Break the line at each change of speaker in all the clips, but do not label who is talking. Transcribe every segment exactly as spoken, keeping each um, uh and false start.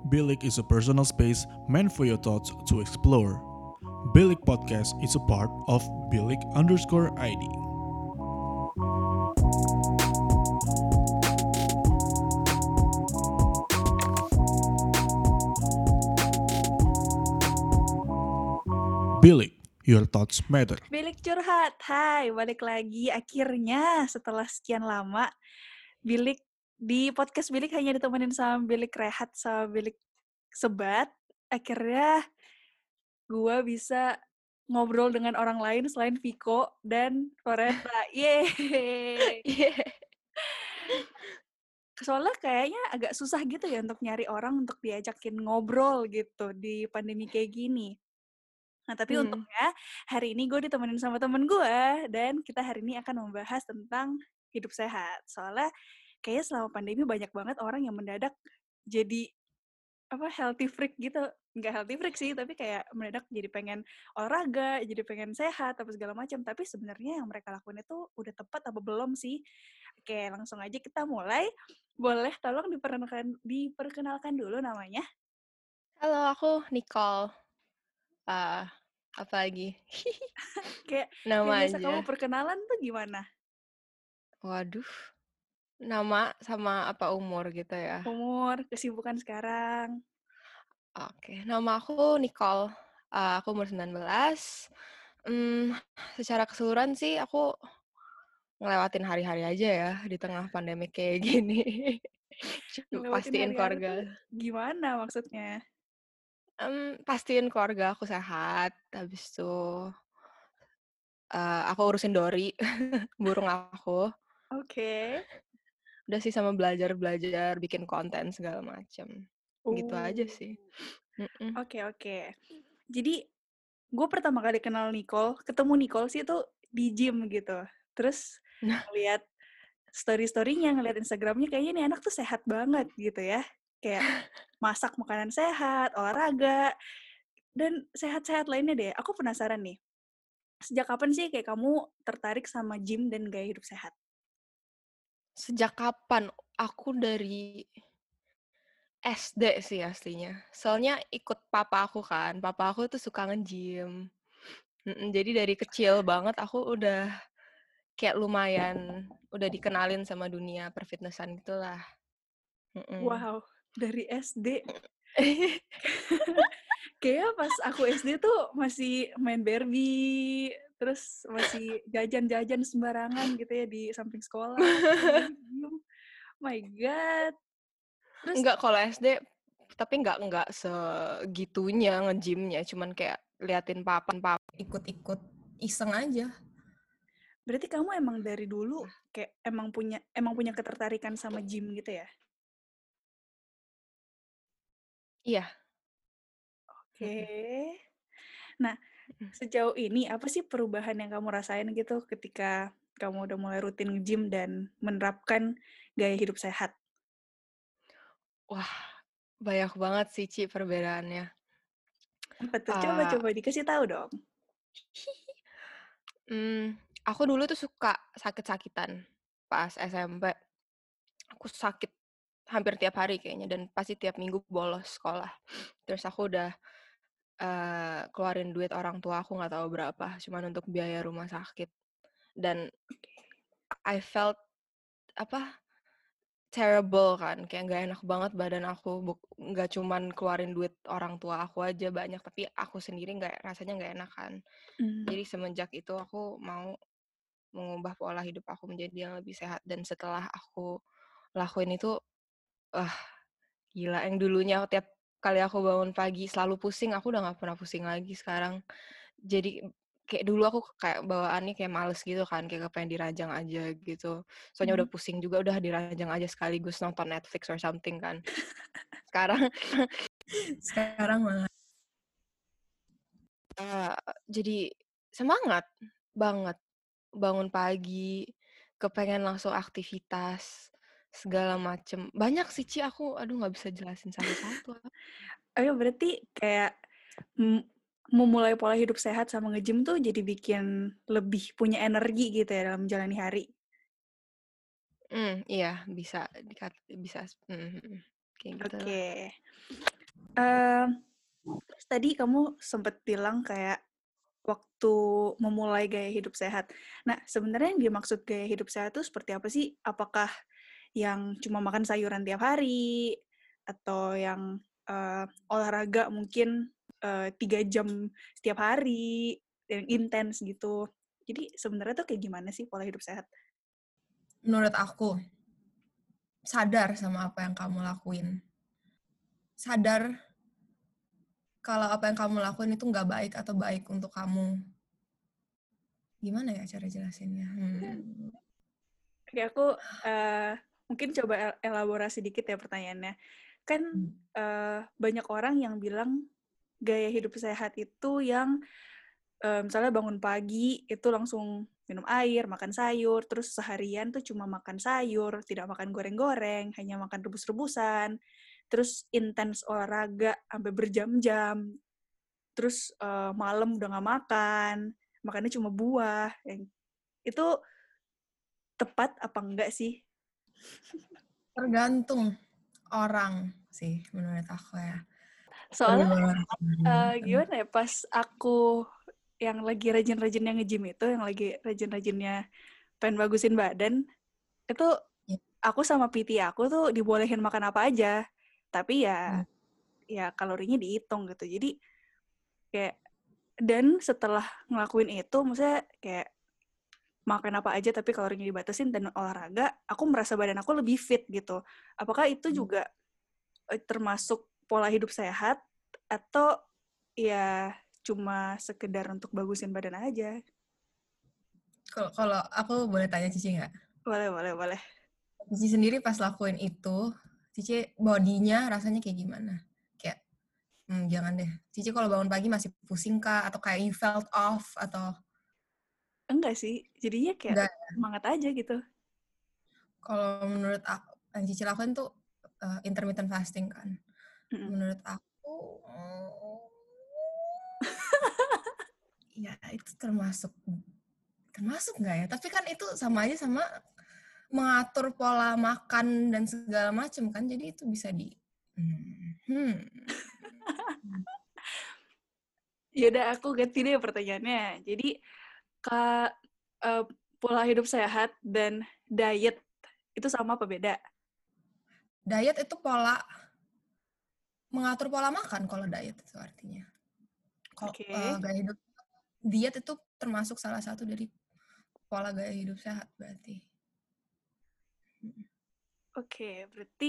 Bilik is a personal space meant for your thoughts to explore. Bilik Podcast is a part of Bilik underscore I D. Bilik, your thoughts matter.
Bilik curhat, hai balik lagi akhirnya setelah sekian lama. Bilik di podcast Bilik hanya ditemenin sama Bilik Rehat sama Bilik Sebat. Akhirnya gue bisa ngobrol dengan orang lain selain Viko dan Floreta. Yeay!
Iya.
Soalnya kayaknya agak susah gitu ya untuk nyari orang untuk diajakin ngobrol gitu di pandemi kayak gini. Nah, tapi
Hmm.
untungnya hari ini gue ditemenin sama temen gue dan kita hari ini akan membahas tentang hidup sehat. Soalnya kayaknya selama pandemi banyak banget orang yang mendadak jadi apa healthy freak gitu. Nggak healthy freak sih, tapi kayak mendadak jadi pengen olahraga, jadi pengen sehat, apa segala macam. Tapi sebenarnya yang mereka lakuin itu udah tepat apa belum sih? Oke, langsung aja kita mulai. Boleh tolong diperkenalkan, diperkenalkan dulu namanya?
Halo, aku Nicole. Ah, apa lagi?
Kayak
Nama
yang biasa
aja.
kamu perkenalan tuh gimana?
Waduh. Nama sama apa umur gitu ya?
Umur, kesibukan sekarang.
Oke, nama aku Nicole. Ah, aku umur sembilan belas. Hmm, secara keseluruhan sih aku ngelewatin hari-hari aja ya di tengah pandemi kayak gini.
Ngelewatin
Pastiin
hari-hari tuh
keluarga.
gimana maksudnya?
Em, pastiin keluarga aku sehat. Habis itu eh, aku urusin Dori, burung aku.
Oke.
Udah sih sama belajar-belajar, bikin konten segala macem. Gitu aja
Uh.
sih. Mm-mm.
Oke, oke. Jadi, gue pertama kali kenal Nicole, ketemu Nicole sih itu di gym gitu. Terus
Nah,
ngeliat story-storynya, ngeliat Instagramnya, kayaknya nih anak tuh sehat banget gitu ya. Kayak masak makanan sehat, olahraga, dan sehat-sehat lainnya deh. Aku penasaran nih, sejak kapan sih kayak kamu tertarik sama gym dan gaya hidup sehat?
sejak kapan? Aku dari S D sih aslinya. Soalnya ikut papa aku kan. Papa aku tuh suka nge-gym. Mm-mm, jadi dari kecil banget aku udah kayak lumayan udah dikenalin sama dunia perfitnessan gitulah. Mm-mm.
Wow, dari S D. Kayaknya pas aku S D tuh masih main Barbie, terus masih jajan-jajan sembarangan gitu ya di samping sekolah. Tahu-tahunya diem. My God. Terus,
Enggak kalau S D, tapi enggak enggak segitunya nge-gymnya, cuman kayak liatin papan pap ikut-ikut iseng aja.
berarti kamu emang dari dulu kayak emang punya emang punya ketertarikan sama gym gitu ya?
Iya.
Oke. Nah, sejauh ini apa sih perubahan yang kamu rasain gitu ketika kamu udah mulai rutin nge-gym dan menerapkan gaya hidup sehat?
Wah, banyak banget sih Ci perbedaannya.
Apa tuh?
Uh,
Coba-coba dikasih tahu dong.
hmm, aku dulu tuh suka sakit-sakitan pas S M P. Aku sakit hampir tiap hari kayaknya dan pasti tiap minggu bolos sekolah. Terus aku udah uh, keluarin duit orang tua aku nggak tahu berapa, cuman untuk biaya rumah sakit. Dan I felt apa terrible kan, kayak nggak enak banget badan aku, Buk- nggak cuman keluarin duit orang tua aku aja banyak, tapi aku sendiri nggak rasanya nggak enak kan.
Hmm.
Jadi semenjak itu aku mau mengubah pola hidup aku menjadi yang lebih sehat, dan setelah aku lakuin itu, wah gila, yang dulunya tiap kali aku bangun pagi selalu pusing, aku udah nggak pernah pusing lagi sekarang. Jadi kayak dulu aku kayak bawaannya kayak males gitu kan, kayak kepengen diranjang aja gitu. Soalnya udah
Hmm.
pusing juga, udah diranjang aja sekaligus nonton Netflix or something kan. Sekarang sekarang malah uh, jadi semangat banget bangun pagi, kepengen langsung aktivitas segala macem. Banyak sih Ci, aku aduh nggak bisa jelasin satu-satu.
Oh, berarti kayak m- memulai pola hidup sehat sama nge-gym tuh jadi bikin lebih punya energi gitu ya dalam menjalani hari.
Hmm, iya bisa dikat bisa mm, mm, mm. Kayak gitu lah.
Oke. Uh, terus tadi kamu sempat bilang kayak waktu memulai gaya hidup sehat. Nah, sebenarnya yang dimaksud gaya hidup sehat itu seperti apa sih? Apakah yang cuma makan sayuran tiap hari atau yang uh, olahraga mungkin uh, tiga jam setiap hari, yang intens gitu. Jadi sebenarnya tuh kayak gimana sih pola hidup sehat?
Menurut aku, sadar sama apa yang kamu lakuin. Sadar kalau apa yang kamu lakuin itu nggak baik atau baik untuk kamu. Gimana ya cara jelasinnya? Hmm.
Oke, aku uh, mungkin coba elaborasi dikit ya pertanyaannya. Kan uh, banyak orang yang bilang gaya hidup sehat itu yang uh, misalnya bangun pagi itu langsung minum air, makan sayur, terus seharian tuh cuma makan sayur, tidak makan goreng-goreng, hanya makan rebus-rebusan, terus intens olahraga sampai berjam-jam, terus uh, malam udah nggak makan, makannya cuma buah. Yang itu tepat apa enggak sih?
Tergantung orang sih menurut aku ya.
Soalnya uh, gimana ya, pas aku yang lagi rajin-rajinnya nge-gym itu, yang lagi rajin-rajinnya pengen bagusin badan, itu aku sama P T aku tuh dibolehin makan apa aja. Tapi ya, hmm. ya kalorinya dihitung gitu. Jadi kayak, dan setelah ngelakuin itu, maksudnya kayak makan apa aja tapi kalorinya dibatasin dan olahraga, aku merasa badan aku lebih fit gitu. Apakah itu juga termasuk pola hidup sehat atau ya cuma sekedar untuk bagusin badan aja?
Kalau kalau aku boleh tanya Cici nggak?
Boleh, boleh, boleh.
Cici sendiri pas lakuin itu, Cici bodinya rasanya kayak gimana? Kayak, hmm, jangan deh. Cici kalau bangun pagi masih pusing kah? Atau kayak you felt off? Atau
enggak sih, jadinya kayak enggak. Semangat aja gitu.
Kalau menurut aku, yang Cici lakuin tuh uh, intermittent fasting kan. Mm-mm. Menurut aku, ya itu termasuk termasuk nggak ya? Tapi kan itu sama aja sama mengatur pola makan dan segala macam kan. Jadi itu bisa di. Hmm. hmm.
Yaudah aku ganti deh pertanyaannya. Jadi Kak, uh, pola hidup sehat dan diet itu sama apa beda?
Diet itu pola mengatur pola makan kalau diet itu artinya. Kalau okay. uh, gaya hidup diet itu termasuk salah satu dari pola gaya hidup sehat berarti.
Oke, okay, berarti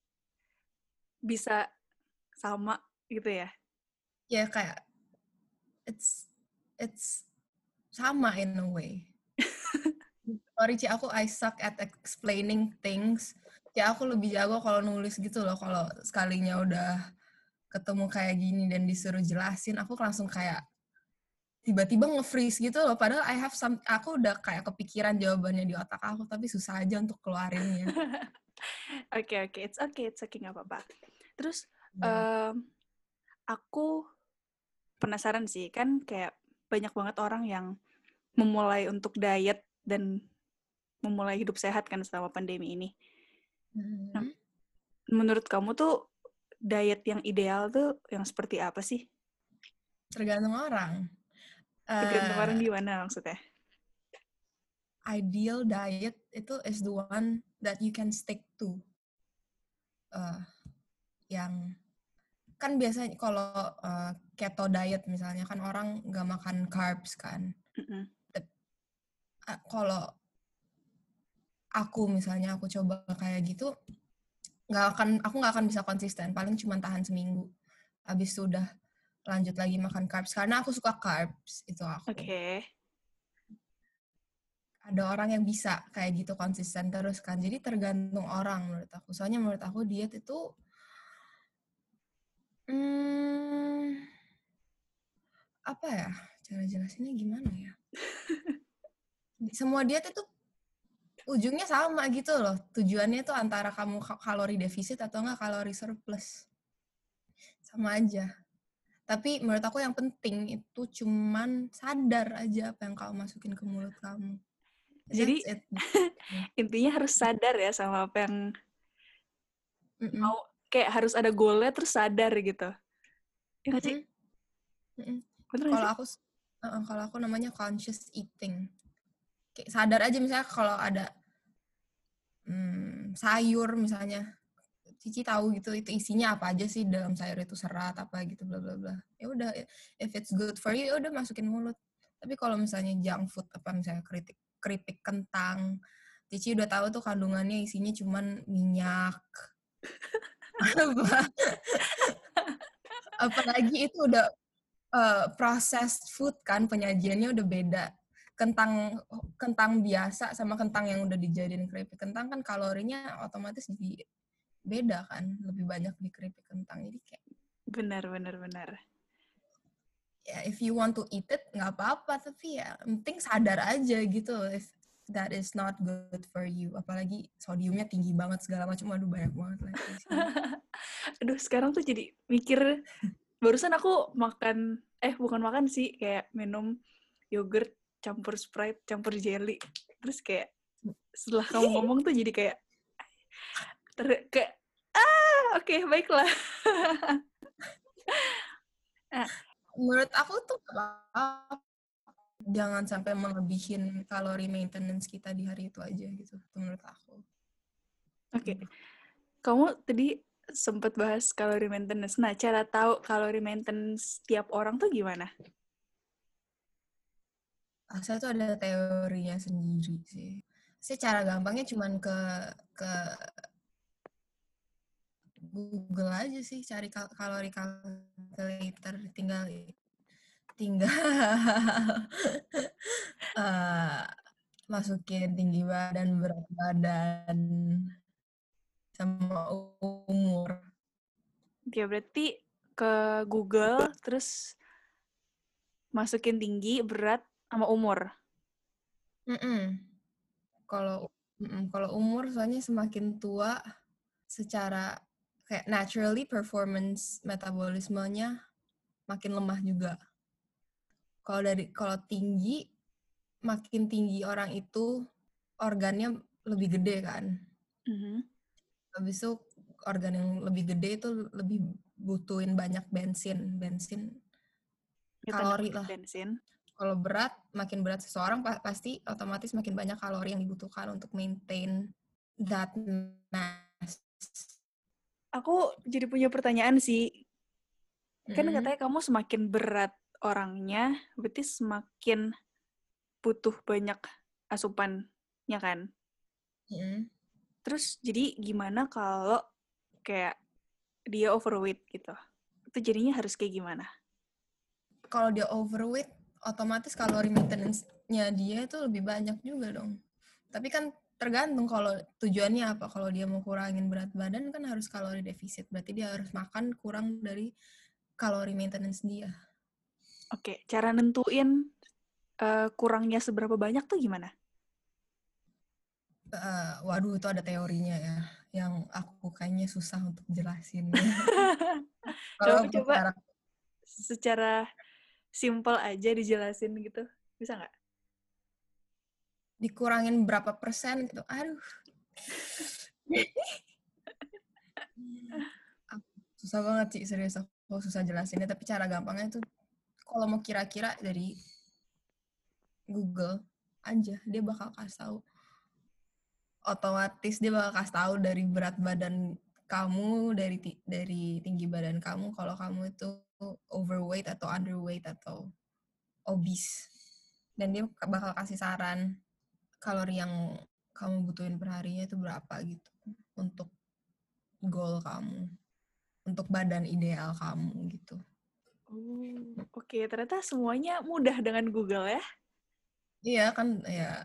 bisa sama gitu ya?
Ya kayak it's it's sama in a way. Sorry Ci, aku I suck at explaining things. Ya aku lebih jago kalau nulis gitu loh. Kalau sekalinya udah ketemu kayak gini dan disuruh jelasin, aku langsung kayak tiba-tiba nge-freeze gitu loh. Padahal I have some, aku udah kayak kepikiran jawabannya di otak aku, tapi susah aja untuk keluarinnya.
Oke, oke. Okay, it's okay, it's okay, nggak apa-apa. Terus, yeah. um, aku penasaran sih, kan kayak banyak banget orang yang memulai untuk diet dan memulai hidup sehat kan selama pandemi ini. Mm-hmm. Nah, menurut kamu tuh diet yang ideal tuh yang seperti apa sih?
Tergantung orang.
Tergantung uh, orang gimana maksudnya?
Ideal diet itu is the one that you can stick to. Uh, yang kan biasanya kalau uh, keto diet misalnya kan orang nggak makan carbs kan. Mm-hmm. Uh, kalau aku misalnya aku coba kayak gitu, nggak akan aku nggak akan bisa konsisten, paling cuma tahan seminggu. Habis itu udah lanjut lagi makan carbs karena aku suka carbs itu aku.
Oke. Okay.
Ada orang yang bisa kayak gitu konsisten terus kan. Jadi tergantung orang menurut aku. Soalnya menurut aku diet itu hmm, apa ya? Cara jelasinnya gimana ya? Semua diet itu ujungnya sama gitu loh. Tujuannya tuh antara kamu kalori defisit atau enggak kalori surplus. Sama aja. Tapi menurut aku yang penting itu cuman sadar aja apa yang kamu masukin ke mulut kamu.
Jadi intinya harus sadar ya sama apa yang Mm-mm. mau kayak harus ada goalnya terus sadar gitu. Ya nggak sih?
Mm-mm.
Bener nggak
Kalau
sih?
aku uh, kalau aku namanya conscious eating. Kayak sadar aja misalnya kalau ada hmm, sayur misalnya, Cici tahu gitu itu isinya apa aja sih dalam sayur itu, serat apa gitu bla bla bla. Ya udah, if it's good for you ya udah masukin mulut. Tapi kalau misalnya junk food apa misalnya keripik keripik kentang, Cici udah tahu tuh kandungannya isinya cuman minyak. Apalagi itu udah uh, processed food kan, penyajiannya udah beda. Kentang kentang biasa sama kentang yang udah dijadiin keripik kentang kan kalorinya otomatis jadi beda kan, lebih banyak di keripik kentang. Jadi kayak
Benar, benar, benar.
ya if you want to eat it nggak apa-apa, tapi ya penting sadar aja gitu if that is not good for you. Apalagi sodiumnya tinggi banget segala macam, aduh banyak banget lah di sini.
Aduh, sekarang tuh jadi mikir, barusan aku makan, eh bukan makan sih, kayak minum yogurt campur Sprite, campur jelly. Terus kayak setelah kamu ngomong tuh jadi kayak, ter kayak, ah oke okay, baiklah. Nah,
menurut aku tuh jangan sampai melebihin kalori maintenance kita di hari itu aja gitu, itu menurut aku.
Oke, okay. Kamu tadi sempat bahas kalori maintenance. Nah, cara tahu kalori maintenance tiap orang tuh gimana?
Saya tuh ada teorinya sendiri sih. Secara gampangnya cuman ke ke Google aja sih, cari kal- kalori calculator, tinggal tinggal uh, masukin tinggi badan, berat badan, sama umur.
Oke, berarti ke Google, terus masukin tinggi, berat, sama umur.
Mm-mm. Kalau mm-mm, kalau umur soalnya semakin tua, secara kayak naturally performance metabolismenya makin lemah juga. Kalau dari kalau tinggi, makin tinggi orang itu organnya lebih gede kan.
Mm-hmm.
Habis itu organ yang lebih gede itu lebih butuhin banyak bensin, bensin
Ya,
kalori lah.
bensin.
Kalau berat, makin berat seseorang pasti otomatis makin banyak kalori yang dibutuhkan untuk maintain that mass.
Aku jadi punya pertanyaan sih. Kan
Mm-hmm.
katanya kamu semakin berat orangnya, berarti semakin butuh banyak asupannya kan?
Mm-hmm.
Terus jadi gimana kalau kayak dia overweight gitu? Itu jadinya harus kayak gimana?
Kalau dia overweight, otomatis kalori maintenance-nya dia itu lebih banyak juga dong. Tapi kan tergantung kalau tujuannya apa. Kalau dia mau kurangin berat badan kan harus kalori defisit. Berarti dia harus makan kurang dari kalori maintenance dia.
Oke, cara nentuin uh, kurangnya seberapa banyak tuh gimana?
Uh, waduh, itu ada teorinya ya. Yang aku kayaknya susah untuk jelasin.
Coba
Kalau
coba
secara
secara simple aja dijelasin gitu. Bisa nggak?
dikurangin berapa persen gitu. Aduh. Susah banget sih, serius aku susah jelasinnya. Tapi cara gampangnya tuh kalau mau kira-kira dari Google aja, dia bakal kasih tahu. Otomatis dia bakal kasih tahu dari berat badan kamu, dari dari tinggi badan kamu, kalau kamu itu overweight atau underweight atau obese. Dan dia bakal kasih saran kalori yang kamu butuhin perharinya itu berapa gitu untuk goal kamu, untuk badan ideal kamu gitu.
Oh, oke, okay. Ternyata semuanya mudah dengan Google ya?
Iya kan, ya.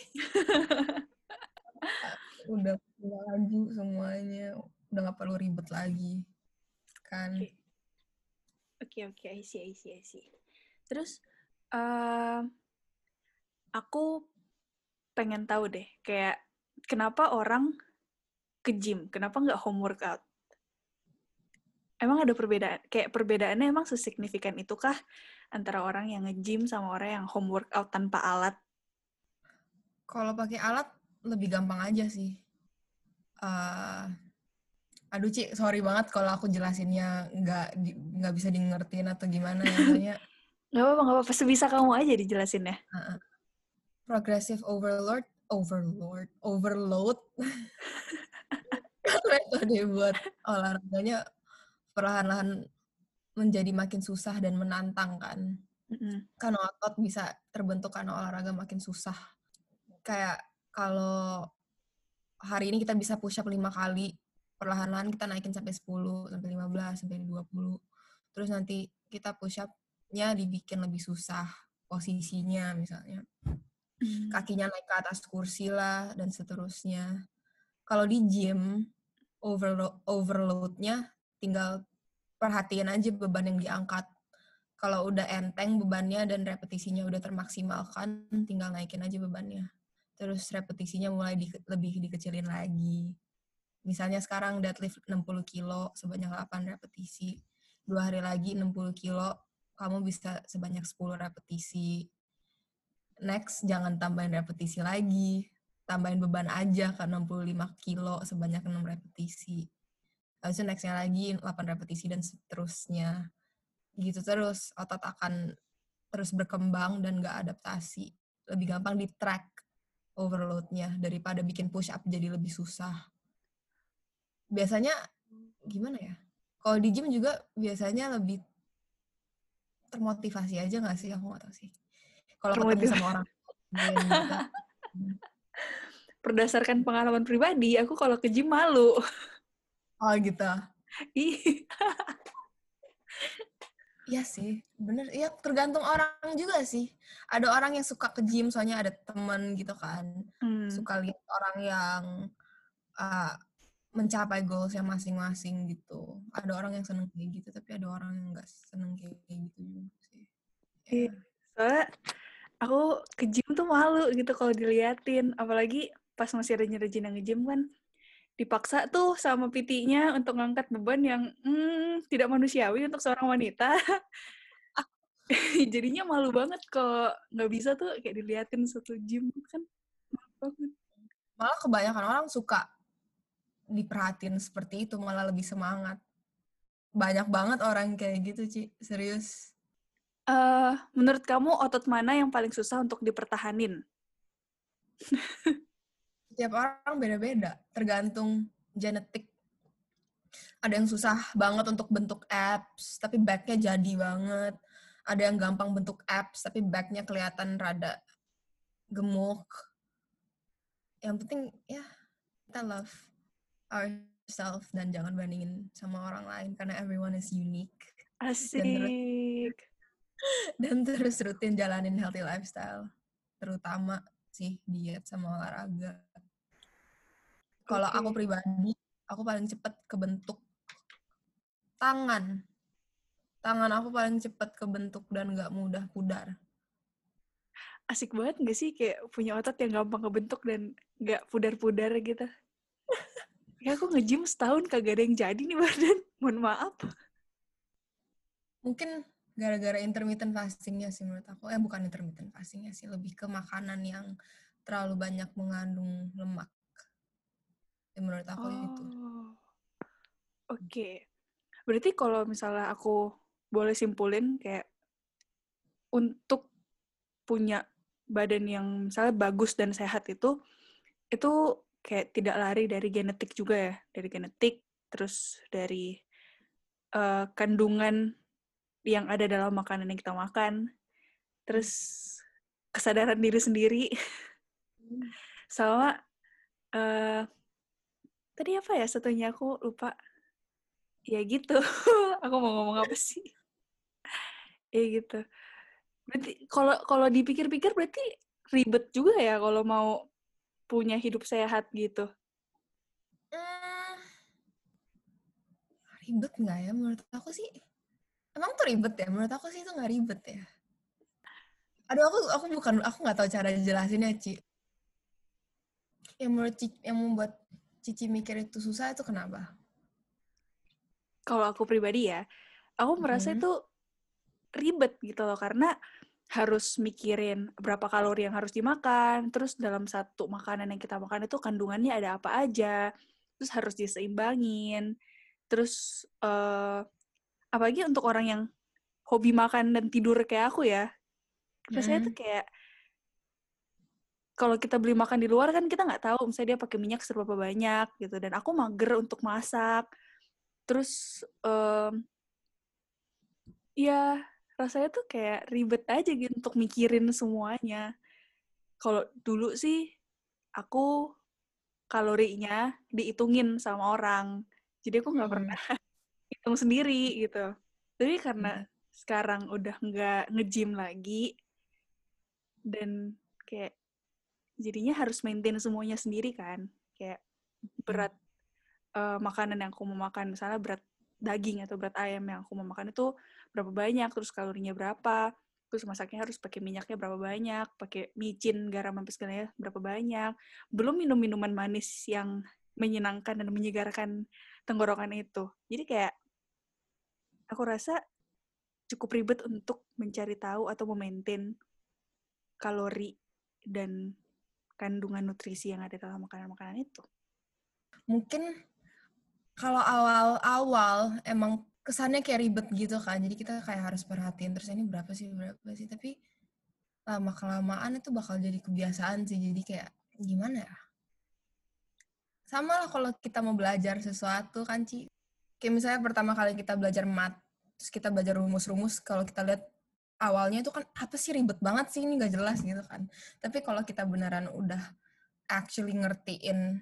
Udah laju semuanya, udah nggak perlu ribet lagi kan.
Oke, oke, oke, I see, I see, I see. Terus, uh, aku pengen tahu deh, kayak kenapa orang ke gym, kenapa nggak home workout? Emang ada perbedaan, kayak perbedaannya emang sesignifikan itukah antara orang yang nge-gym sama orang yang home workout tanpa alat?
Kalau pakai alat lebih gampang aja sih. Uh,
Aduh Ci, sorry banget kalau aku jelasinnya nggak di, nggak bisa di ngertiin atau gimana ya. Soalnya
Gak apa-apa, gak apa-apa. Sebisa kamu aja dijelasin ya.
uh, progressive overload, overload, overload. Metode buat olahraganya perlahan-lahan menjadi makin susah dan menantang kan.
Mm-mm.
Karena otot bisa terbentuk karena olahraga makin susah. Kayak kalau hari ini kita bisa push up lima kali, perlahan-lahan kita naikin sampai sepuluh, sampai lima belas, sampai dua puluh. Terus nanti kita push up-nya dibikin lebih susah posisinya misalnya.
Mm.
Kakinya naik ke atas kursi lah dan seterusnya. Kalau di gym overload overload-nya tinggal perhatiin aja beban yang diangkat. Kalau udah enteng bebannya dan repetisinya udah termaksimalkan, tinggal naikin aja bebannya. Terus repetisinya mulai di, lebih dikecilin lagi. Misalnya sekarang deadlift enam puluh kilo sebanyak delapan repetisi. Dua hari lagi enam puluh kilo, kamu bisa sebanyak sepuluh repetisi. Next, jangan tambahin repetisi lagi. Tambahin beban aja ke enam puluh lima kilo sebanyak enam repetisi. Habis itu next-nya lagi delapan repetisi dan seterusnya. Gitu terus, otot akan terus berkembang dan gak adaptasi. Lebih gampang di-track overload-nya daripada bikin push-up jadi lebih susah. Biasanya, gimana ya? Kalau di gym juga biasanya lebih termotivasi aja gak sih? Aku gak tahu sih. Kalau ketemu sama orang lain gitu.
Berdasarkan pengalaman pribadi, aku kalau ke gym malu.
Oh gitu. Iya sih, bener. Iya tergantung orang juga sih. Ada orang yang suka ke gym soalnya ada temen gitu kan.
Hmm.
Suka lihat orang yang uh, mencapai goalsnya masing-masing gitu. Ada orang yang seneng kayak gitu, tapi ada orang yang nggak seneng kayak gitu juga sih.
Iya.
Yeah.
Soalnya aku ke gym tuh malu gitu kalau diliatin. Apalagi pas masih rajin-rajin yang nge-gym kan. Dipaksa tuh sama P T-nya untuk ngangkat beban yang hmm, tidak manusiawi untuk seorang wanita. Jadinya malu banget kalau nggak bisa tuh kayak diliatin satu gym kan. Malu banget.
Malah kebanyakan orang suka diperhatiin seperti itu, malah lebih semangat. Banyak banget orang kayak gitu, Ci. Serius.
Uh, menurut kamu otot mana yang paling susah untuk dipertahanin?
Setiap orang beda-beda, tergantung genetik. Ada yang susah banget untuk bentuk abs, tapi back-nya jadi banget. Ada yang gampang bentuk abs, tapi back-nya kelihatan rada gemuk. Yang penting, ya, kita love ourselves dan jangan bandingin sama orang lain, karena everyone is unique.
Asik.
Dan terus, dan terus rutin jalanin healthy lifestyle. Terutama sih diet sama olahraga. Kalau
Okay.
aku pribadi, aku paling cepet kebentuk tangan. Tangan aku paling cepet kebentuk dan gak mudah pudar.
Asik banget gak sih kayak punya otot yang gampang kebentuk dan gak pudar-pudar gitu? Ya aku nge-gym setahun kagak ada yang jadi nih badan. Mohon maaf.
Mungkin gara-gara intermittent fastingnya sih menurut aku. Eh bukan intermittent fastingnya sih, lebih ke makanan yang terlalu banyak mengandung lemak. Ya, menurut aku
oh.
itu.
Oke. Okay. Berarti kalau misalnya aku boleh simpulin kayak untuk punya badan yang misalnya bagus dan sehat itu, itu kayak tidak lari dari genetik juga ya. Dari genetik, terus dari uh, kandungan yang ada dalam makanan yang kita makan, terus kesadaran diri sendiri, sama uh, tadi apa ya satunya aku lupa. Ya gitu, aku mau ngomong apa sih? Ya gitu. Berarti kalau kalau dipikir-pikir berarti ribet juga ya kalau mau punya hidup sehat gitu.
Hmm, ribet nggak ya? Menurut aku sih, emang tuh ribet ya? Menurut aku sih itu nggak ribet ya. Aduh, aku aku bukan aku nggak tahu cara jelasinnya, Ci. Yang menurut Cici, yang membuat Cici mikir itu susah itu kenapa?
Kalau aku pribadi ya, aku merasa
Mm-hmm.
itu ribet gitu loh karena harus mikirin berapa kalori yang harus dimakan, terus dalam satu makanan yang kita makan itu kandungannya ada apa aja, terus harus diseimbangin. Terus uh, apalagi untuk orang yang hobi makan dan tidur kayak aku ya, rasanya tuh kayak kalau kita beli makan di luar kan kita nggak tahu misalnya dia pakai minyak seberapa banyak gitu, dan aku mager untuk masak. Terus um, ya rasanya tuh kayak ribet aja gitu untuk mikirin semuanya. Kalau dulu sih aku kalorinya dihitungin sama orang, jadi aku nggak
Hmm.
pernah hitung sendiri gitu. Tapi karena sekarang udah nggak nge-gym lagi dan kayak jadinya harus maintain semuanya sendiri kan, kayak berat uh, makanan yang aku mau makan, misalnya berat daging atau berat ayam yang aku mau makan itu berapa banyak, terus kalorinya berapa, terus masaknya harus pakai minyaknya berapa banyak, pakai micin, garam, sampai segalanya berapa banyak, belum minum minuman manis yang menyenangkan dan menyegarkan tenggorokan itu. Jadi kayak aku rasa cukup ribet untuk mencari tahu atau memaintain kalori dan kandungan nutrisi yang ada dalam makanan-makanan itu.
Mungkin kalau awal-awal emang kesannya kayak ribet gitu kan, jadi kita kayak harus perhatiin terus ini berapa sih berapa sih, tapi lama kelamaan itu bakal jadi kebiasaan sih, jadi kayak gimana ya, sama lah kalau kita mau belajar sesuatu kan Ci, kayak misalnya pertama kali kita belajar math terus kita belajar rumus-rumus, kalau kita lihat awalnya itu kan apa sih ribet banget sih, ini nggak jelas gitu kan, tapi kalau kita beneran udah actually ngertiin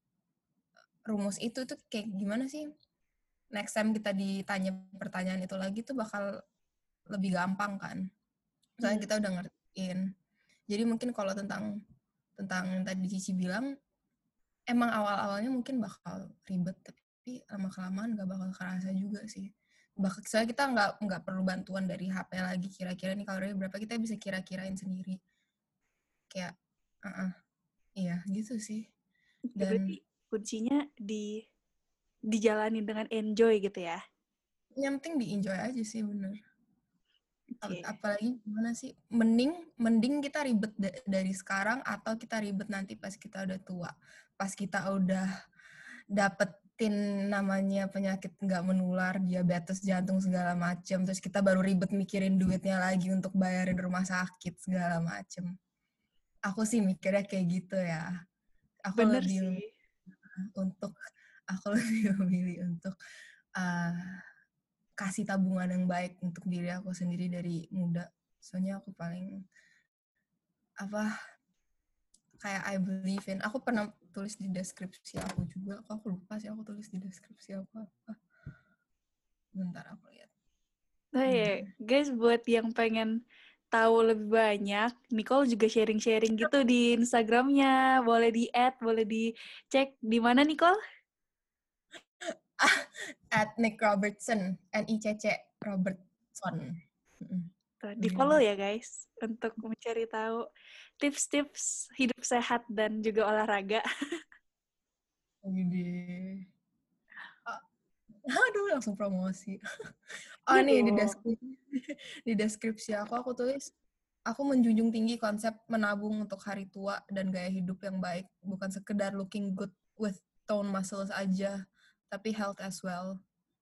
rumus itu tuh kayak gimana sih, next time kita ditanya pertanyaan itu lagi tuh bakal lebih gampang kan, soalnya
Hmm.
kita udah ngertiin. Jadi mungkin kalau tentang tentang yang tadi Cici bilang, emang awal-awalnya mungkin bakal ribet, tapi lama-kelamaan gak bakal kerasa juga sih. Bahkan soalnya kita nggak nggak perlu bantuan dari H P lagi, kira-kira nih kalorinya berapa, kita bisa kira-kirain sendiri. Kayak, uh-uh, iya gitu sih. Dan
berarti kuncinya di dijalani dengan enjoy gitu ya.
yang penting di-enjoy aja sih, bener.
Okay.
Apalagi gimana sih, mending mending kita ribet da- dari sekarang atau kita ribet nanti pas kita udah tua, pas kita udah dapetin namanya penyakit nggak menular, diabetes, jantung segala macem, terus kita baru ribet mikirin duitnya lagi untuk bayarin rumah sakit segala macem. Aku sih mikirnya kayak gitu ya. Aku
Bener
lebih
sih.
untuk aku lebih memilih untuk uh, kasih tabungan yang baik untuk diri aku sendiri dari muda. Soalnya aku paling apa kayak I believe in. Aku pernah tulis di deskripsi aku juga. Kok aku lupa sih aku tulis di deskripsi aku apa. Bentar aku lihat.
Nah ya, guys, buat yang pengen tahu lebih banyak, Nicole juga sharing-sharing gitu di Instagramnya. Boleh di-add, boleh dicek. Di mana, Nicole?
At Nick Robertson, N I C C Robertson.
Tuh, di-follow ya, guys, untuk mencari tahu tips-tips hidup sehat dan juga olahraga.
Gede. Aduh, langsung promosi. Oh
Iya
nih, di
dong.
deskripsi, di deskripsi aku, aku tulis, aku menjunjung tinggi konsep menabung untuk hari tua dan gaya hidup yang baik. Bukan sekedar looking good with tone muscles aja, tapi health as well.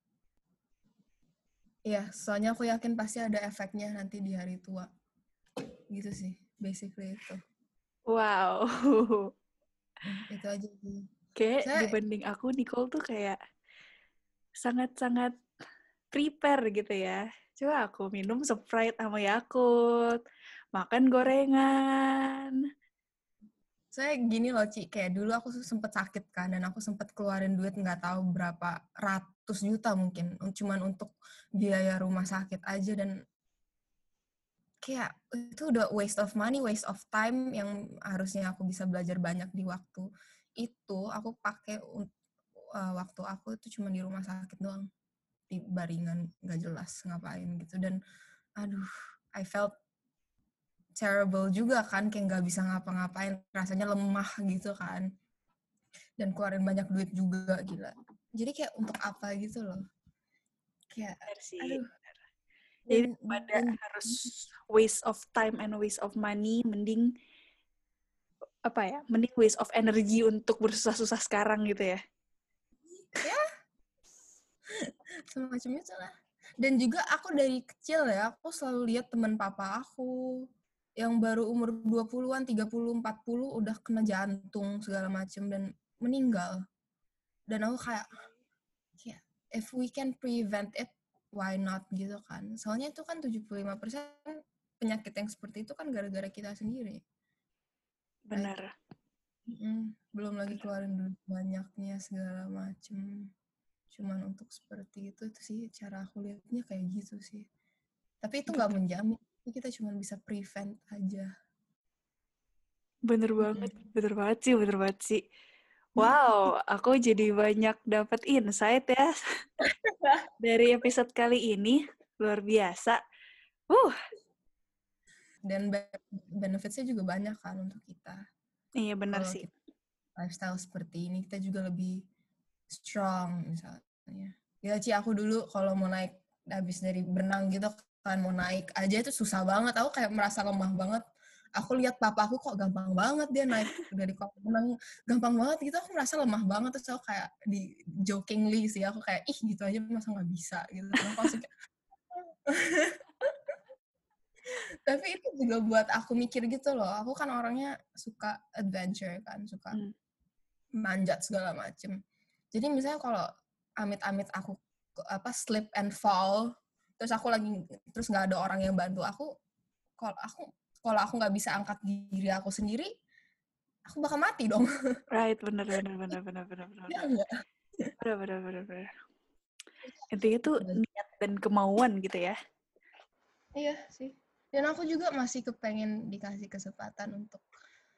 Iya, soalnya aku yakin pasti ada efeknya nanti di hari tua. Gitu sih, basically itu.
Wow.
Itu aja sih.
Kayak
Saya,
dibanding aku, Nicole tuh kayak sangat-sangat prepare gitu ya. Coba aku minum Sprite sama Yakult, makan gorengan.
saya gini loh, Ci, kayak dulu aku sempet sakit kan, dan aku sempet keluarin duit nggak tahu berapa ratus juta mungkin, cuman untuk biaya rumah sakit aja, dan kayak itu udah waste of money, waste of time yang harusnya aku bisa belajar banyak di waktu itu, aku pakai uh, waktu aku itu cuma di rumah sakit doang, di baringan nggak jelas ngapain gitu, dan aduh, I felt terrible juga kan, kayak nggak bisa ngapa-ngapain, rasanya lemah gitu kan, dan keluarin banyak duit juga, gila. Jadi kayak untuk apa gitu loh, kayak
Benar sih.
aduh.
Jadi
Dan,
pada
dan
harus waste of time and waste of money, mending apa ya? Mending waste of energy untuk bersusah-susah sekarang gitu ya.
Semacam itu lah. Dan juga aku dari kecil ya, aku selalu lihat teman papa aku yang baru umur dua puluhan, tiga puluh, empat puluh udah kena jantung segala macam dan meninggal. Dan aku kayak, ya, if we can prevent it, why not gitu kan. Soalnya itu kan tujuh puluh lima persen penyakit yang seperti itu kan gara-gara kita sendiri. Right?
Benar.
Mm-mm. Belum lagi
Benar.
keluarin duit banyaknya segala macem. Cuman untuk seperti itu, itu sih cara aku lihatnya kayak gitu sih. Tapi itu nggak
Betul.
menjamin. Kita cuma bisa prevent aja.
Bener
Mm-mm.
banget, bener banget sih, bener banget sih. Wow, aku jadi banyak dapat insight ya dari episode kali ini. Luar biasa. Uh,
Dan be- benefitsnya juga banyak kan untuk kita.
iya bener
Kalau
sih.
kita lifestyle seperti ini, kita juga lebih strong misalnya. Ya Ci, aku dulu kalau mau naik, habis dari berenang gitu kan, mau naik aja itu susah banget. Aku kayak merasa lemah banget. Aku lihat papa aku kok gampang banget dia naik dari kolam renang, gampang banget gitu. Aku merasa lemah banget, terus aku kayak di jokingly sih, aku kayak ih gitu aja masa nggak bisa gitu. Kenapa aku kayak tapi itu juga buat aku mikir gitu loh. Aku kan orangnya suka adventure kan, suka
Hmm.
manjat segala macem. Jadi misalnya kalau amit-amit aku apa slip and fall, terus aku lagi terus nggak ada orang yang bantu aku, kalau aku kalau aku nggak bisa angkat diri aku sendiri, aku bakal mati dong.
Right, bener, bener, bener, bener, bener, bener,
Ya
bener,
enggak?
bener, bener, bener, bener. Intinya tuh niat dan kemauan gitu ya.
Iya sih. Dan aku juga masih kepengen dikasih kesempatan untuk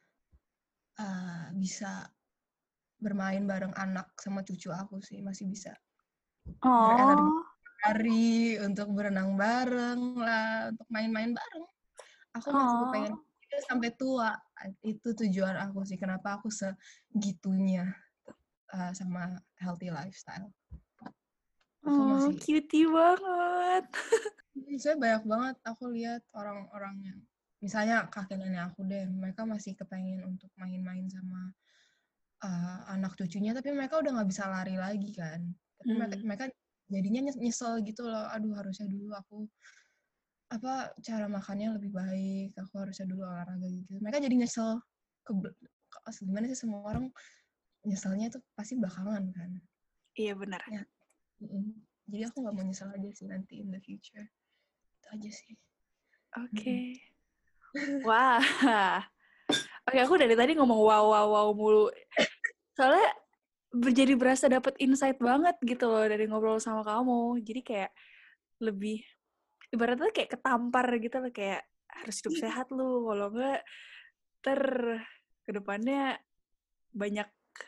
uh, bisa bermain bareng anak sama cucu aku sih, masih bisa berenergi
Oh,
hari untuk berenang bareng lah, untuk main-main bareng. Aku masih kepengen
oh,
sampai tua. Itu tujuan aku sih, kenapa aku segitunya uh, sama healthy lifestyle. Aku
oh,
masih,
cutie banget.
saya banyak banget aku lihat orang-orang yang, misalnya kakek nenek aku deh, mereka masih kepengen untuk main-main sama uh, anak cucunya, tapi mereka udah nggak bisa lari lagi kan. Tapi mereka,
Hmm.
mereka jadinya nyesel gitu loh, aduh harusnya dulu aku apa cara makannya lebih baik, aku harusnya dulu olahraga gitu. Mereka jadi nyesel ke, ke gimana sih, semua orang nyeselnya tuh pasti belakangan kan.
Iya benar.
Ya. Mm-mm. Jadi aku nggak mau nyesel aja sih nanti in the future. Itu aja sih.
Oke.
Mm-mm.
Wah. Oke, aku dari tadi ngomong wow wow wow mulu. Soalnya jadi berasa dapet insight banget gitu loh dari ngobrol sama kamu. Jadi kayak lebih ibaratnya kayak ketampar gitu loh, kayak harus hidup sehat lu, kalau enggak ter kedepannya banyak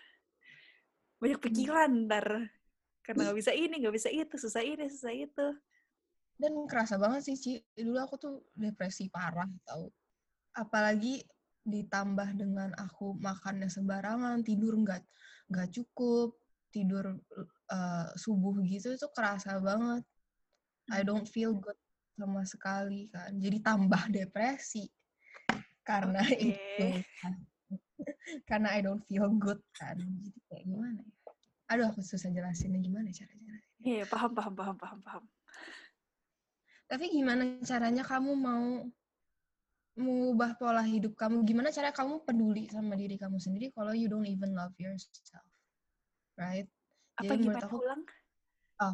banyak pikiran ntar karena nggak bisa ini nggak bisa itu, susah ini susah itu.
Dan kerasa banget sih Ci, dulu aku tuh depresi parah tau. Apalagi ditambah dengan aku makannya sembarangan, tidur nggak nggak cukup, tidur uh, subuh gitu, itu kerasa banget. I don't feel good sama sekali kan. Jadi tambah depresi karena
Oke.
itu. Karena I don't feel good kan. Jadi kayak gimana ya? Aduh, aku susah jelasinnya, gimana cara jelasinnya.
Iya, paham paham paham paham paham.
Tapi gimana caranya kamu mau mengubah pola hidup kamu? Gimana cara kamu peduli sama diri kamu sendiri kalau you don't even love yourself? Right?
Apa
Jadi menurut
gimana
aku,
ulang?
oh,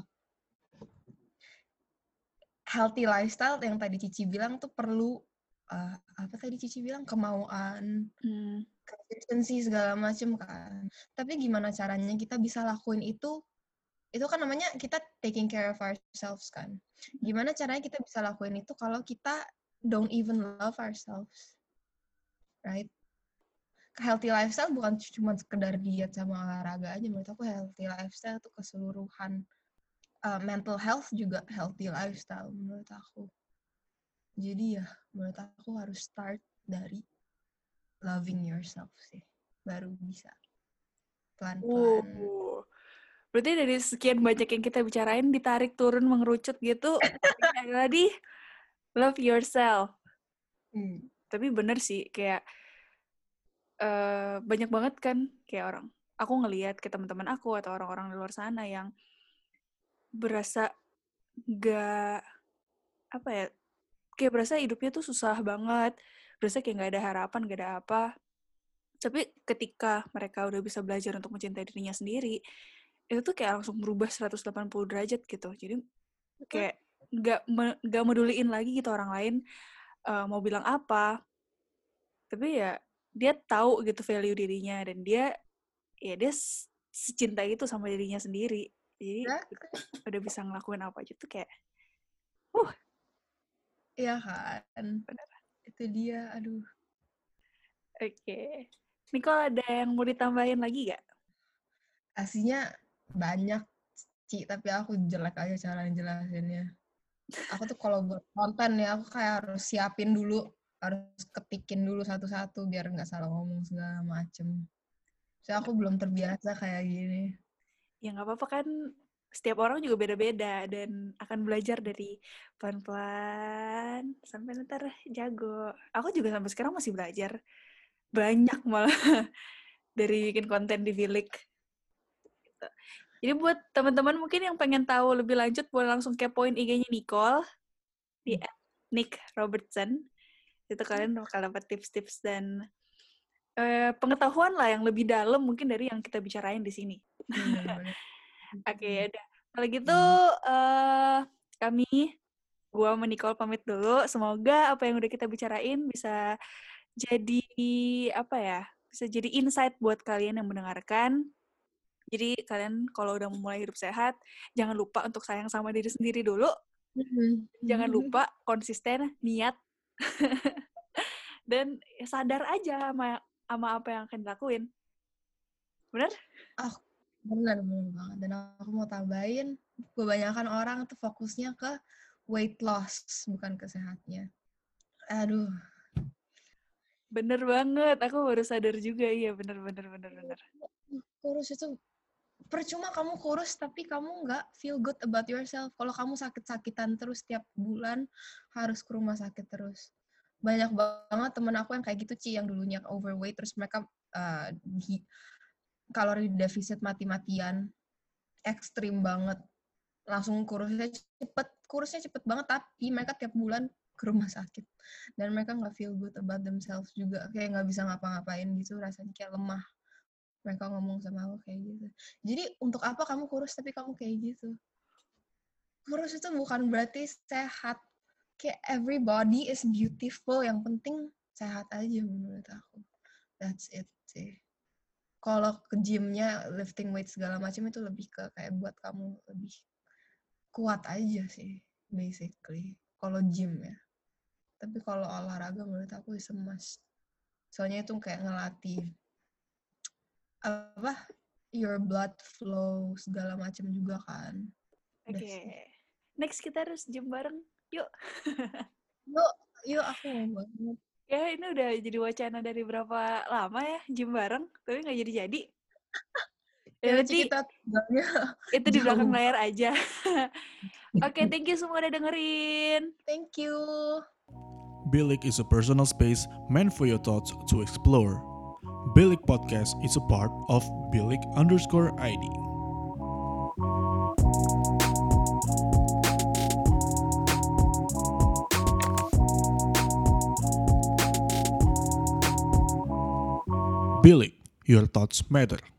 healthy lifestyle yang tadi Cici bilang tuh perlu uh, apa tadi Cici bilang, kemauan,
Hmm.
konsistensi segala macam kan. Tapi gimana caranya kita bisa lakuin itu? Itu kan namanya kita taking care of ourselves kan. Gimana caranya kita bisa lakuin itu kalau kita don't even love ourselves, right? Healthy lifestyle bukan cuma sekedar diet sama olahraga aja. Menurut aku healthy lifestyle itu keseluruhan. Uh, mental health juga healthy lifestyle menurut aku. Jadi ya menurut aku harus start dari loving yourself sih. Baru bisa pelan-pelan.
Uh. Berarti dari sekian banyak yang kita bicarain ditarik turun mengerucut gitu, intinya adalah di love yourself.
Hmm.
Tapi bener sih, kayak uh, banyak banget kan kayak orang. Aku ngelihat ke teman-teman aku atau orang-orang di luar sana yang berasa gak, apa ya, kayak berasa hidupnya tuh susah banget, berasa kayak gak ada harapan, gak ada apa. Tapi ketika mereka udah bisa belajar untuk mencintai dirinya sendiri, itu tuh kayak langsung berubah seratus delapan puluh derajat gitu. Jadi kayak gak, me- gak meduliin lagi gitu orang lain uh, mau bilang apa. Tapi ya dia tahu gitu value dirinya, dan dia ya dia s- secinta itu sama dirinya sendiri. Jadi udah bisa ngelakuin apa aja tuh kayak uh
Iya kan,
bener.
itu dia. Aduh,
Oke. Nicole, ada yang mau ditambahin lagi gak?
aslinya banyak Ci, tapi aku jelek aja cara jelasinnya. Aku tuh kalau buat konten ya, aku kayak harus siapin dulu, harus ketikin dulu satu-satu biar nggak salah ngomong segala macem. Soalnya aku belum terbiasa kayak gini.
Ya nggak apa-apa kan, setiap orang juga beda-beda dan akan belajar dari pelan-pelan sampai ntar jago. Aku juga sampai sekarang masih belajar. Banyak malah dari bikin konten di Bilik. Gitu. Jadi buat teman-teman mungkin yang pengen tahu lebih lanjut, boleh langsung kepoin I G-nya Nicole di at Nick Robertson. Itu kalian bakal dapat tips-tips dan uh, pengetahuan lah yang lebih dalam mungkin dari yang kita bicarain di sini.
Bener-bener.
Oke, okay, udah. Kalau gitu, uh, kami, gua sama Nicole pamit dulu. Semoga apa yang udah kita bicarain bisa jadi, apa ya, bisa jadi insight buat kalian yang mendengarkan. Jadi kalian kalau udah memulai hidup sehat, jangan lupa untuk sayang sama diri sendiri dulu. Jangan lupa konsisten, niat, dan sadar aja sama, sama apa yang akan dilakuin. Bener?
Ah, bener, bener banget. Dan aku mau tambahin, kebanyakan orang tuh fokusnya ke weight loss, bukan ke sehatnya. Aduh.
Bener banget, aku baru sadar juga. Iya, bener, bener, bener, bener.
Kurus itu percuma kamu kurus tapi kamu nggak feel good about yourself. Kalau kamu sakit-sakitan terus tiap bulan harus ke rumah sakit terus. Banyak banget temen aku yang kayak gitu Ci, yang dulunya overweight terus mereka uh, di kalori defisit mati-matian, ekstrim banget, langsung kurusnya cepet, kurusnya cepet banget, tapi mereka tiap bulan ke rumah sakit dan mereka nggak feel good about themselves juga, kayak nggak bisa ngapa-ngapain gitu, rasanya kayak lemah. Mereka ngomong sama aku kayak gitu. Jadi untuk apa kamu kurus tapi kamu kayak gitu? Kurus itu bukan berarti sehat. Kayak everybody is beautiful. Yang penting sehat aja menurut aku. That's it sih. Kalau ke gymnya, lifting weight segala macam itu lebih ke kayak buat kamu lebih kuat aja sih, basically. Kalau gym ya. Tapi kalau olahraga menurut aku is a must. Soalnya itu kayak ngelatih apa your blood flow segala macam juga kan.
Oke, okay. Next kita harus gym bareng, yuk.
Yuk, yuk aku mau banget.
Ya ini udah jadi wacana dari berapa lama ya gym bareng, tapi nggak jadi-jadi.
Ya,
nanti
kita
itu di belakang layar aja. Oke, okay, thank you semua udah dengerin.
Thank you.
Bilik is a personal space meant for your thoughts to explore. Bilik Podcast is a part of Bilik underscore I D. Bilik, your thoughts matter.